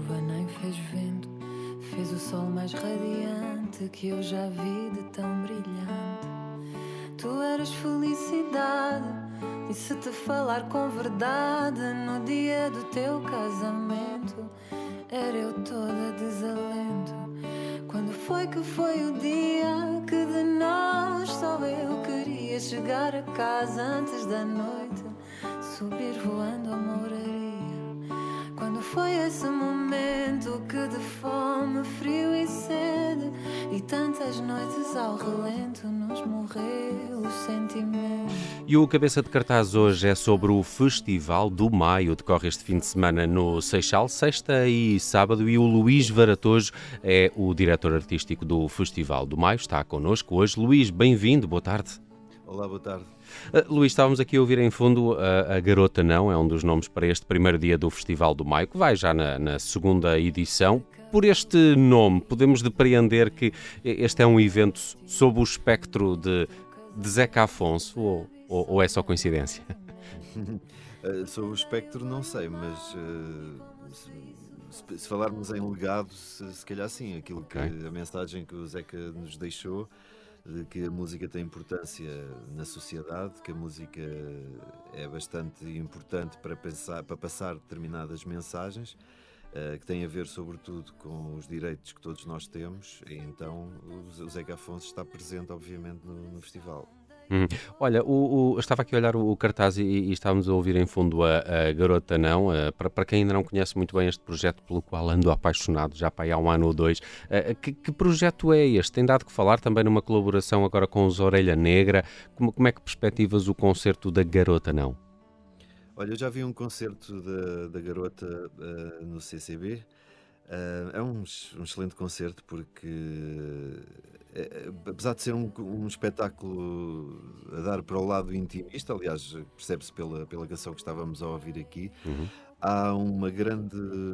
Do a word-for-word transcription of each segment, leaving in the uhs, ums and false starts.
chuva nem fez vento, fez o sol mais radiante que eu já vi de tão brilhante. Tu eras felicidade, e se te falar com verdade, no dia do teu casamento era eu toda desalento. Quando foi que foi o dia que de nós só eu queria chegar a casa antes da noite, subir voando a moraria? Quando foi esse momento que de fome, frio e sede e tantas noites ao relento nos morreu o sentimento. E o cabeça de cartaz hoje é sobre o Festival do Maio. Decorre este fim de semana no Seixal, sexta e sábado, e o Luís Varatojo é o diretor artístico do Festival do Maio. Está connosco hoje. Luís, bem-vindo, boa tarde. Olá, boa tarde. Uh, Luís, estávamos aqui a ouvir em fundo uh, a Garota Não, é um dos nomes para este primeiro dia do Festival do Maio, que vai já na, na segunda edição. Por este nome, podemos depreender que este é um evento sob o espectro de, de Zeca Afonso, ou, ou, ou é só coincidência? uh, sobre o espectro não sei, mas uh, se, se falarmos em legado, se, se calhar sim, aquilo que, okay. A mensagem que o Zeca nos deixou, de que a música tem importância na sociedade, que a música é bastante importante para, pensar, para passar determinadas mensagens, uh, que têm a ver sobretudo com os direitos que todos nós temos, e então o, o Zeca Afonso está presente obviamente no, no festival. Hum. Olha, o, o, eu estava aqui a olhar o, o cartaz e, e estávamos a ouvir em fundo a, a Garota Não. Uh, para, para quem ainda não conhece muito bem este projeto pelo qual ando apaixonado já para aí há um ano ou dois, uh, que, que projeto é este? Tem dado que falar também numa colaboração agora com os Orelha Negra. Como, como é que perspectivas o concerto da Garota Não? Olha, eu já vi um concerto da, da Garota uh, no C C B. Uh, é um, um excelente concerto porque, é, apesar de ser um, um espetáculo a dar para o lado intimista, aliás, percebe-se pela, pela canção que estávamos a ouvir aqui, uhum. Há uma grande,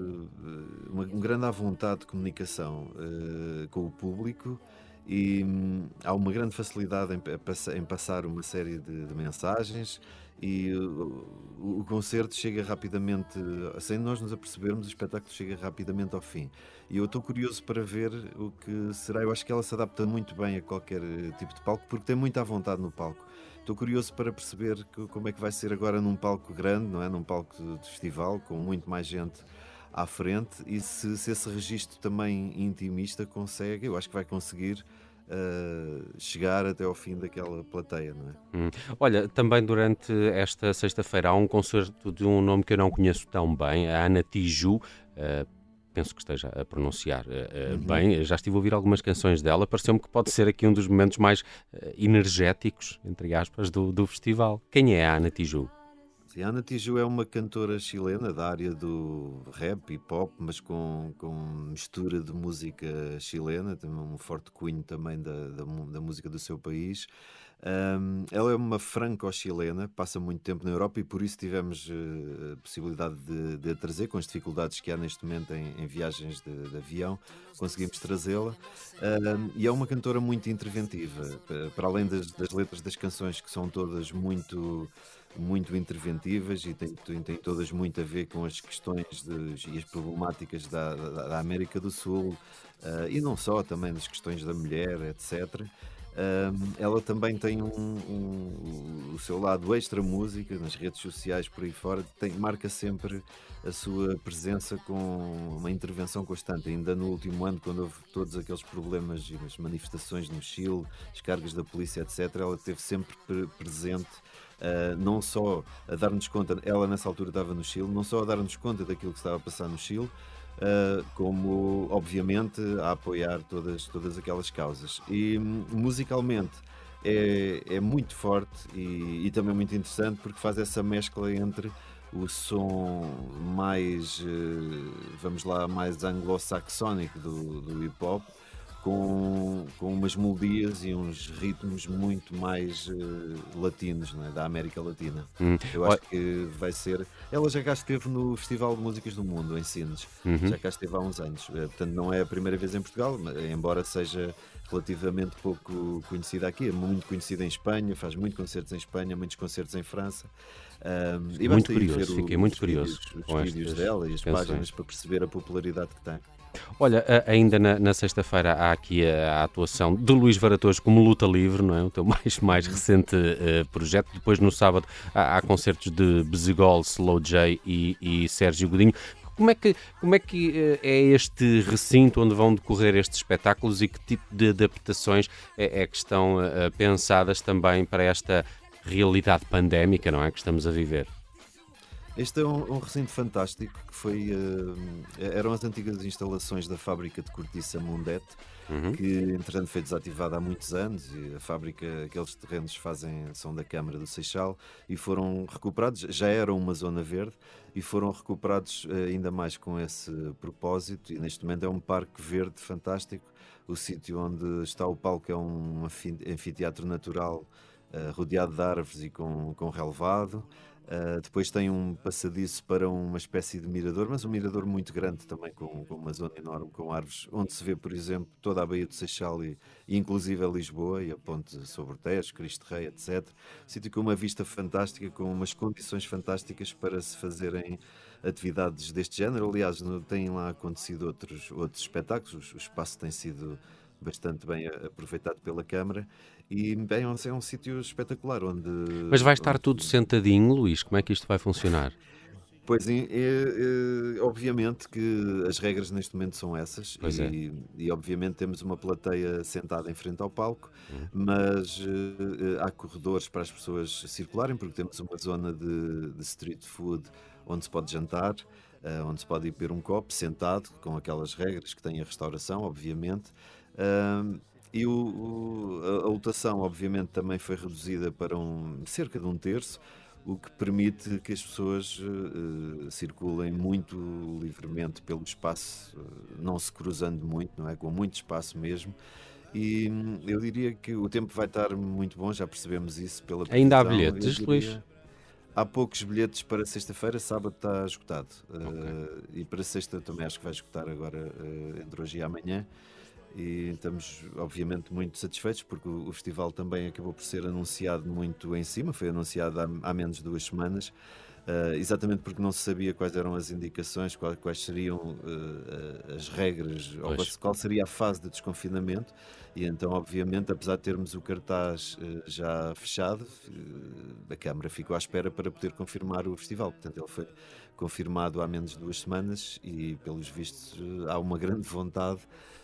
uma, um grande à vontade de comunicação uh, com o público e um, há uma grande facilidade em, em passar uma série de, de mensagens. E o, o concerto chega rapidamente, sem nós nos apercebermos, o espetáculo chega rapidamente ao fim. E eu estou curioso para ver o que será. Eu acho que ela se adapta muito bem a qualquer tipo de palco, porque tem muita vontade no palco. Estou curioso para perceber que, como é que vai ser agora num palco grande, não é? Num palco de, de festival, com muito mais gente à frente, e se, se esse registro também intimista consegue, eu acho que vai conseguir Uh, chegar até ao fim daquela plateia, não é? Hum. Olha, também durante esta sexta-feira há um concerto de um nome que eu não conheço tão bem, a Ana Tijoux, uh, penso que esteja a pronunciar uh, uhum. bem, já estive a ouvir algumas canções dela, pareceu-me que pode ser aqui um dos momentos mais uh, energéticos, entre aspas, do, do festival. Quem é a Ana Tijoux? A Ana Tijoux é uma cantora chilena da área do rap e pop, mas com, com mistura de música chilena, tem um forte cunho também da, da, da música do seu país. Um, ela é uma franco-chilena, passa muito tempo na Europa e por isso tivemos uh, a possibilidade de, de a trazer, com as dificuldades que há neste momento em, em viagens de, de avião, conseguimos trazê-la. Um, e é uma cantora muito interventiva, para além das, das letras das canções, que são todas muito... muito interventivas e têm, têm todas muito a ver com as questões de, e as problemáticas da, da, da América do Sul, uh, e não só, também das questões da mulher, etcétera. Uh, ela também tem um, um, o seu lado extra música, nas redes sociais por aí fora, tem, marca sempre a sua presença com uma intervenção constante. Ainda no último ano, quando houve todos aqueles problemas e as manifestações no Chile, as cargas da polícia, etcétera, ela esteve sempre presente. Uh, não só a dar-nos conta, ela nessa altura estava no Chile, não só a dar-nos conta daquilo que estava a passar no Chile, uh, como obviamente a apoiar todas, todas aquelas causas. E musicalmente é, é muito forte e, e também muito interessante, porque faz essa mescla entre o som mais, uh, vamos lá, mais anglo-saxónico do, do hip-hop, Com, com umas melodias e uns ritmos muito mais uh, latinos, não é? Da América Latina. Hum. Eu acho que vai ser... Ela já cá esteve no Festival de Músicas do Mundo, em Sines. Uhum. Já cá esteve há uns anos. Uh, portanto, não é a primeira vez em Portugal, mas, embora seja relativamente pouco conhecida aqui. É muito conhecida em Espanha, faz muitos concertos em Espanha, muitos concertos em França. Um, e Fiquei muito basta ir ver curioso, o- fiquei muito os vídeos, curioso os com vídeos estas dela e as canções. páginas para perceber a popularidade que tem. Olha, a- ainda na, na sexta-feira há aqui a, a atuação de Luís Varatojo como Luta Livre, não é? O teu mais, mais recente eh, projeto. Depois, no sábado, há, há concertos de Bezegol, Slow J e, e Sérgio Godinho. Como é que, como é, que eh, é este recinto onde vão decorrer estes espetáculos e que tipo de adaptações é, é que estão eh, pensadas também para esta realidade pandémica, não é? Que estamos a viver? Este é um, um recinto fantástico que foi. eh, eram as antigas instalações da fábrica de cortiça Mundete, Uhum. que entretanto foi desativada há muitos anos e a fábrica, aqueles terrenos fazem, são da Câmara do Seixal e foram recuperados, já era uma zona verde e foram recuperados eh, ainda mais com esse propósito e neste momento é um parque verde fantástico. O sítio onde está o palco é um anfi- anfiteatro natural eh, rodeado de árvores e com, com relevado. Uh, depois tem um passadiço para uma espécie de mirador, mas um mirador muito grande também, com, com uma zona enorme, com árvores, onde se vê, por exemplo, toda a Baía do Seixal e, e inclusive a Lisboa e a ponte sobre o Tejo, Cristo Rei, etcétera. Sítio com uma vista fantástica, com umas condições fantásticas para se fazerem atividades deste género. Aliás, no, têm lá acontecido outros, outros espetáculos, o, o espaço tem sido bastante bem a- aproveitado pela Câmara e bem, é um, é um sítio espetacular onde, Mas vai estar onde tudo sentadinho, Luís? Como é que isto vai funcionar? Pois, é, é, é, obviamente que as regras neste momento são essas Pois é. e, e obviamente temos uma plateia sentada em frente ao palco, Uhum. mas eh, há corredores para as pessoas circularem, porque temos uma zona de, de street food onde se pode jantar, eh, onde se pode ir beber um copo sentado, com aquelas regras que tem a restauração, obviamente. Ahm, e o- o- a, a lotação, obviamente, também foi reduzida para um, cerca de um terço, o que permite que as pessoas eh, eh, circulem muito livremente pelo espaço, eh, não se cruzando muito, não é? Com muito espaço mesmo. E hum, eu diria que o tempo vai estar muito bom, já percebemos isso pela Ainda há previsão. Eu bilhetes, Luís? diria, há poucos bilhetes para sexta-feira, sábado está esgotado. Ok. Eh, e para sexta também acho que vai esgotar agora, eh, entre hoje e amanhã. E estamos, obviamente, muito satisfeitos porque o, o festival também acabou por ser anunciado muito em cima, foi anunciado há, há menos de duas semanas, eh, exatamente porque não se sabia quais eram as indicações, quais, quais seriam eh, as regras, ou qual, Pois. qual seria a fase de desconfinamento. E então, obviamente, apesar de termos o cartaz eh, já fechado, eh, a Câmara ficou à espera para poder confirmar o festival. Portanto, ele foi confirmado há menos de duas semanas e, pelos vistos, eh, há uma grande vontade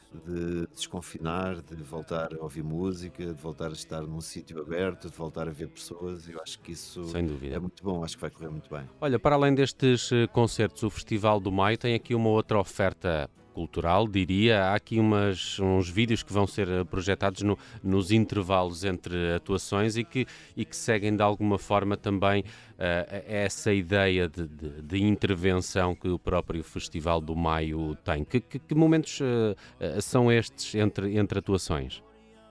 de desconfinar, de voltar a ouvir música, de voltar a estar num sítio aberto, de voltar a ver pessoas. Eu acho que isso Sem é dúvida. muito bom, acho que vai correr muito bem. Olha, para além destes eh, concertos, o Festival do Maio tem aqui uma outra oferta cultural, diria. Há aqui umas, uns vídeos que vão ser eh, projetados no- nos intervalos entre atuações e que, e que seguem de alguma forma também eh, essa ideia de, de- de intervenção que o próprio Festival do Maio tem. Que, que- que momentos eh, eh, são estes entre, entre atuações?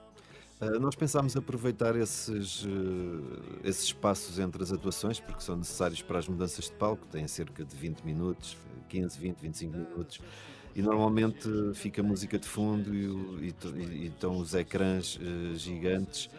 Uh, nós pensámos aproveitar esses, uh, esses espaços entre as atuações, porque são necessários para as mudanças de palco, têm cerca de vinte minutos, quinze, vinte, vinte e cinco minutos, e normalmente uh, fica música de fundo e, o- e to- e- e estão os ecrãs uh, gigantes.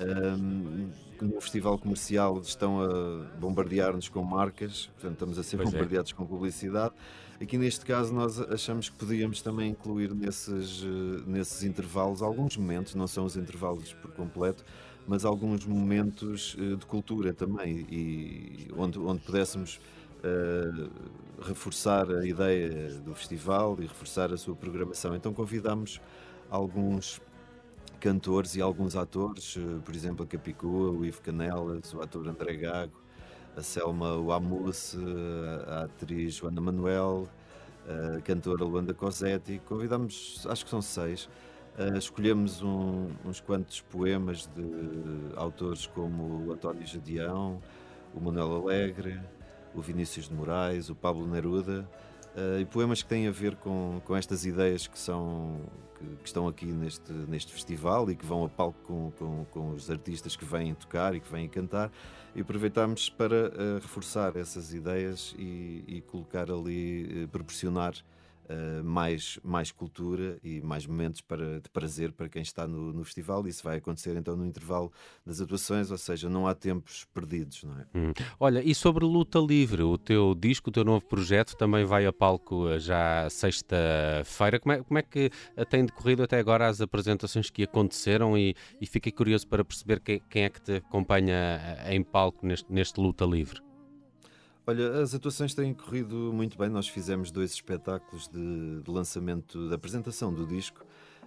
Um, no festival comercial estão a bombardear-nos com marcas, portanto estamos a ser Pois é. bombardeados com publicidade. Aqui neste caso nós achamos que podíamos também incluir nesses, eh, nesses intervalos alguns momentos, não são os intervalos por completo, mas alguns momentos eh, de cultura também, e onde, onde pudéssemos eh, reforçar a ideia do festival e reforçar a sua programação. Então convidámos alguns cantores e alguns atores, eh, por exemplo a Capicua, o Ivo Canelas, o ator André Gago, a Selma Wamus, a atriz Joana Manuel, a cantora Luanda Cosetti. Convidamos, acho que são seis. Uh, escolhemos um- uns quantos poemas de autores como o António Jadião, o Manuel Alegre, o Vinícius de Moraes, o Pablo Neruda, uh, e poemas que têm a ver com, com estas ideias que, são, que, que estão aqui neste, neste festival e que vão a palco com, com, com os artistas que vêm tocar e que vêm cantar. E aproveitámos para uh, reforçar essas ideias e, e colocar ali, uh, proporcionar uh, mais, mais cultura e mais momentos para, de prazer para quem está no, no festival. Isso vai acontecer então no intervalo das atuações, ou seja, não há tempos perdidos, não é? Hum. Olha, e sobre Luta Livre, o teu disco, o teu novo projeto também vai a palco já sexta-feira. Como é, como é que tem decorrido até agora as apresentações que aconteceram e, e fiquei curioso para perceber quem, quem é que te acompanha em palco neste, neste Luta Livre. Olha, as atuações têm corrido muito bem. Nós fizemos dois espetáculos de, de lançamento, de apresentação do disco.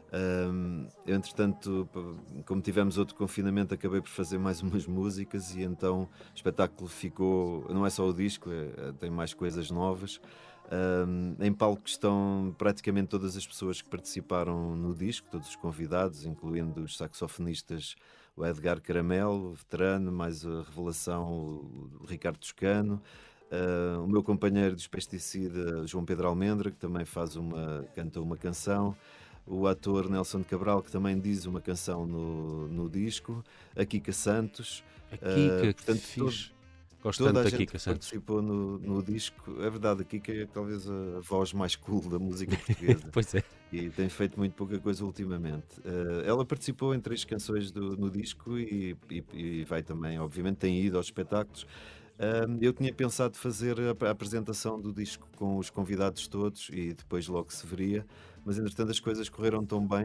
Um, entretanto, como tivemos outro confinamento, acabei por fazer mais umas músicas e então o espetáculo ficou, não é só o disco, é, tem mais coisas novas. Um, em palco estão praticamente todas as pessoas que participaram no disco, todos os convidados, incluindo os saxofonistas, o Edgar Caramelo, o veterano, mais a revelação, o Ricardo Toscano. Uh, o meu companheiro dos Pesticida, João Pedro Almendra, que também faz uma, canta uma canção. O ator Nelson Cabral, que também diz uma canção no, no disco. A Kika Santos. A Kika, uh, portanto, que fixe. Gosto toda tanto a da gente Kika que Santos. participou no, no disco. É verdade, a Kika é talvez a voz mais cool da música portuguesa. Pois é. E tem feito muito pouca coisa ultimamente. Uh, ela participou em três canções do, no disco e, e, e vai também, obviamente, tem ido aos espetáculos. Uh, eu tinha pensado fazer a, a apresentação do disco com os convidados todos e depois logo se veria, mas entretanto as coisas correram tão bem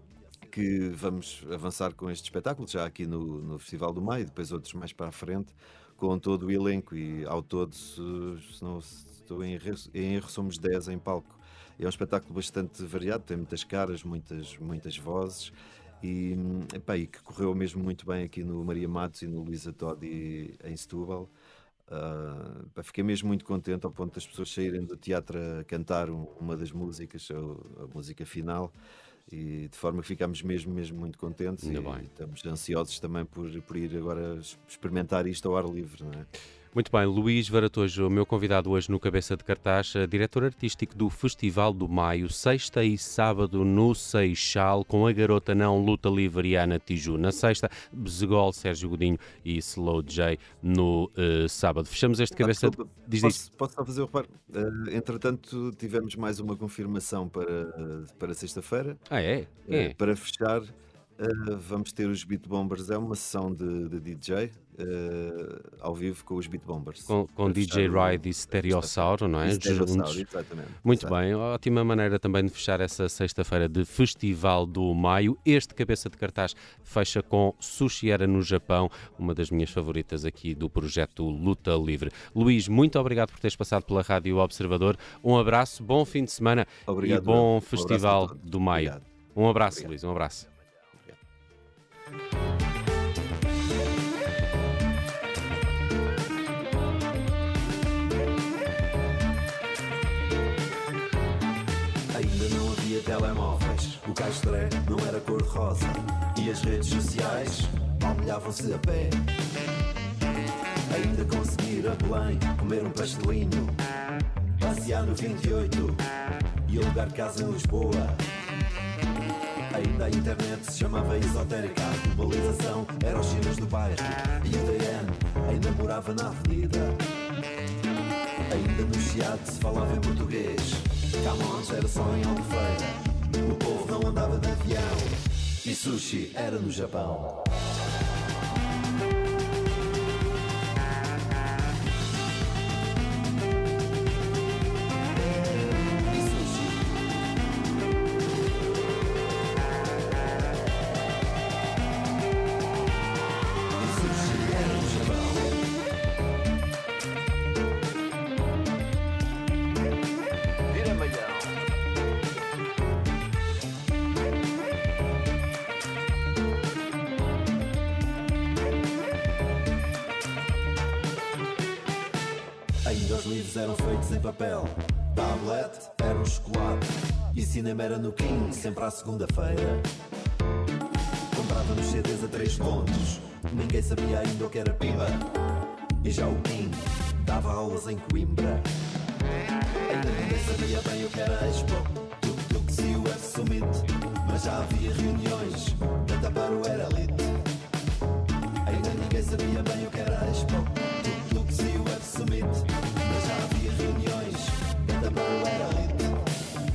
que vamos avançar com este espetáculo, já aqui no, no Festival do Maio, depois outros mais para a frente, com todo o elenco e ao todo, se, se não estou em erro, em erro, somos dez em palco. É um espetáculo bastante variado, tem muitas caras, muitas, muitas vozes e, epá, e que correu mesmo muito bem aqui no Maria Matos e no Luísa Todi em Setúbal. Uh, fiquei mesmo muito contente ao ponto das pessoas saírem do teatro a cantar um, uma das músicas, a, a música final, e de forma que ficámos mesmo, mesmo muito contentes. Ainda e bem. Estamos ansiosos também por, por ir agora experimentar isto ao ar livre, não é? Muito bem, Luís Varatojo, o meu convidado hoje no Cabeça de Cartaz, diretor artístico do Festival do Maio, sexta e sábado no Seixal, com a Garota Não, Luta Livre e Ana Tiju. Na sexta, Bezegol, Sérgio Godinho e Slow J no uh, sábado. Fechamos este Cabeça ah, de... Diz, posso, posso só fazer o reparo? Uh, entretanto, tivemos mais uma confirmação para, para sexta-feira. Ah, é? é. Uh, para fechar, uh, vamos ter os Beat Bombers, é uma sessão de, de D J. Uh, ao vivo com os Beat Bombers. Com, com D J Ride e Stereossauro, não é? Stereossauro, exatamente. Muito Exato. bem, ótima maneira também de fechar essa sexta-feira de Festival do Maio. Este Cabeça de Cartaz fecha com Sushi Era no Japão, uma das minhas favoritas aqui do projeto Luta Livre. Luís, muito obrigado por teres passado pela Rádio Observador. Um abraço, bom fim de semana obrigado, e bom um Festival do Maio. Obrigado. Um abraço, Obrigado. Luís, um abraço. Ainda não havia telemóveis, o castré não era cor-de-rosa e as redes sociais palmilhavam-se a pé. Ainda conseguir a Belém, comer um pastelinho, passear no vinte e oito e alugar casa em Lisboa. Ainda a internet se chamava esotérica, a globalização era os chinos do bairro e o D N ainda morava na avenida. Ainda no Chiado se falava em português, Camões era só em Albufeira, o povo não andava de avião e sushi era no Japão. Ainda os livros eram feitos em papel, tablet era um chocolate e cinema era no King, sempre à segunda-feira. Comprávamos C Ds a três contos, ninguém sabia ainda o que era piba, e já o King dava aulas em Coimbra. Ainda ninguém sabia bem o que era Expo, Tuk-Tuk e o F-Summit, mas já havia reuniões, tanta para o era elite. Ainda ninguém sabia bem o que era Expo, Tuk-Tuk e o F-Summit, mas já havia reuniões, tanta para o era elite.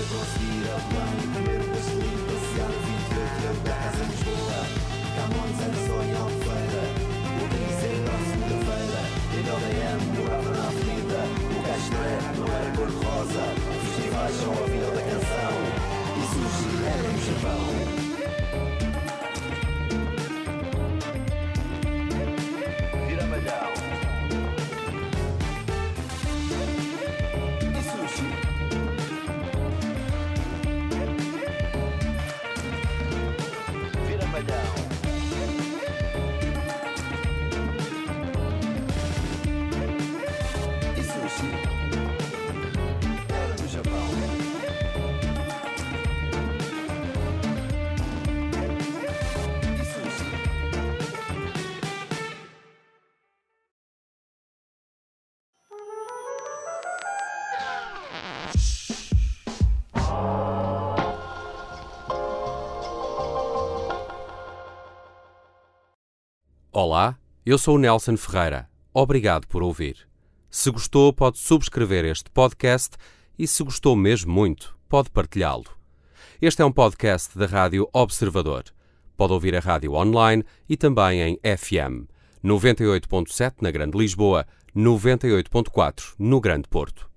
para conseguir avião e comer o pastelinho, passear vinte e oito e alugar casa em Lisboa. Camões era só em Albufeira, o Rizem para a segunda-feira. Em L D M morava na avenida, o Castré não era cor-de-rosa. Festivais só ao final da canção e sushi era no Japão. Olá, eu sou o Nelson Ferreira. Obrigado por ouvir. Se gostou, pode subscrever este podcast e, se gostou mesmo muito, pode partilhá-lo. Este é um podcast da Rádio Observador. Pode ouvir a rádio online e também em F M, noventa e oito ponto sete na Grande Lisboa, noventa e oito ponto quatro no Grande Porto.